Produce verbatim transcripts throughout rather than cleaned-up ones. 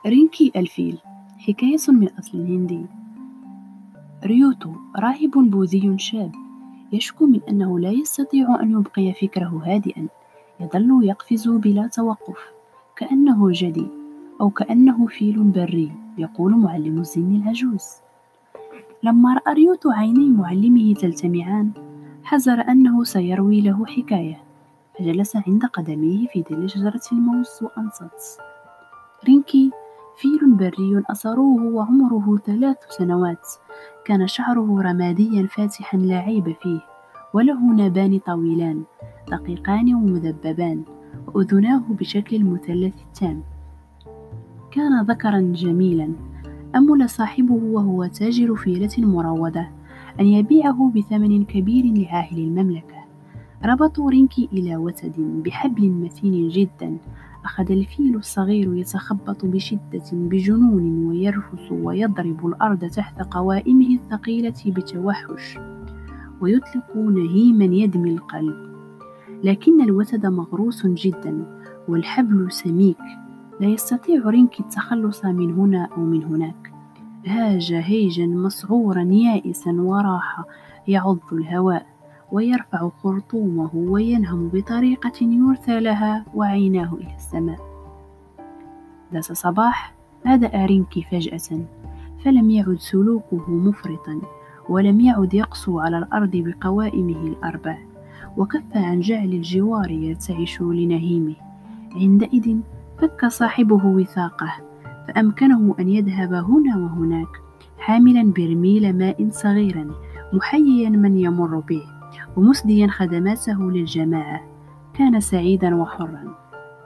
رينكي الفيل حكاية من أصل هندي. ريوتو راهب بوذي شاب يشكو من أنه لا يستطيع أن يبقي فكره هادئا، يظل يقفز بلا توقف كأنه جدي أو كأنه فيل بري، يقول معلم الزن العجوز. لما رأى ريوتو عيني معلمه تلتمعان حذر أنه سيروي له حكاية، فجلس عند قدميه في ظل شجرة الموز وأنصت. رينكي فيل بري أصروه وعمره ثلاث سنوات، كان شعره رماديا فاتحا لا عيب فيه، وله نابان طويلان دقيقان ومذببان، وأذناه بشكل المثلث التام. كان ذكرا جميلا. أمل صاحبه وهو تاجر فيلة مروضة أن يبيعه بثمن كبير لعاهل المملكة. ربطوا رينكي إلى وتد بحبل متين جدا. أخذ الفيل الصغير يتخبط بشدة بجنون ويرفس ويضرب الأرض تحت قوائمه الثقيلة بتوحش، ويطلق نهيما يدمي القلب. لكن الوتد مغروس جدا والحبل سميك، لا يستطيع رينكي التخلص من هنا أو من هناك. هاج هيجا مسعورا يائسا وراح يعض الهواء ويرفع خرطومه وينهم بطريقة يرثى لها وعيناه إلى السماء. ذات صباح هدأ رينكي فجأة، فلم يعد سلوكه مفرطا، ولم يعد يقسو على الأرض بقوائمه الأربع، وكف عن جعل الجوار يرتعش لنهيمه. عندئذ فك صاحبه وثاقه، فأمكنه أن يذهب هنا وهناك حاملا برميل ماء صغيرا، محييا من يمر به ومسديا خدماته للجماعة. كان سعيدا وحرا.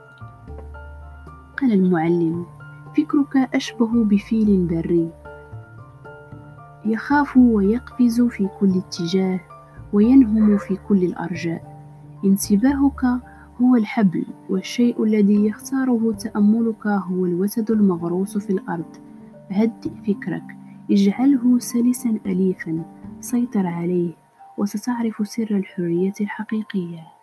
قال المعلم: فكرك أشبه بفيل بري، يخاف ويقفز في كل اتجاه وينهم في كل الأرجاء. انتباهك هو الحبل، والشيء الذي يختاره تأملك هو الوتد المغروس في الأرض. هدئ فكرك، اجعله سلسا أليفا، سيطر عليه وستعرف سر الحرية الحقيقية.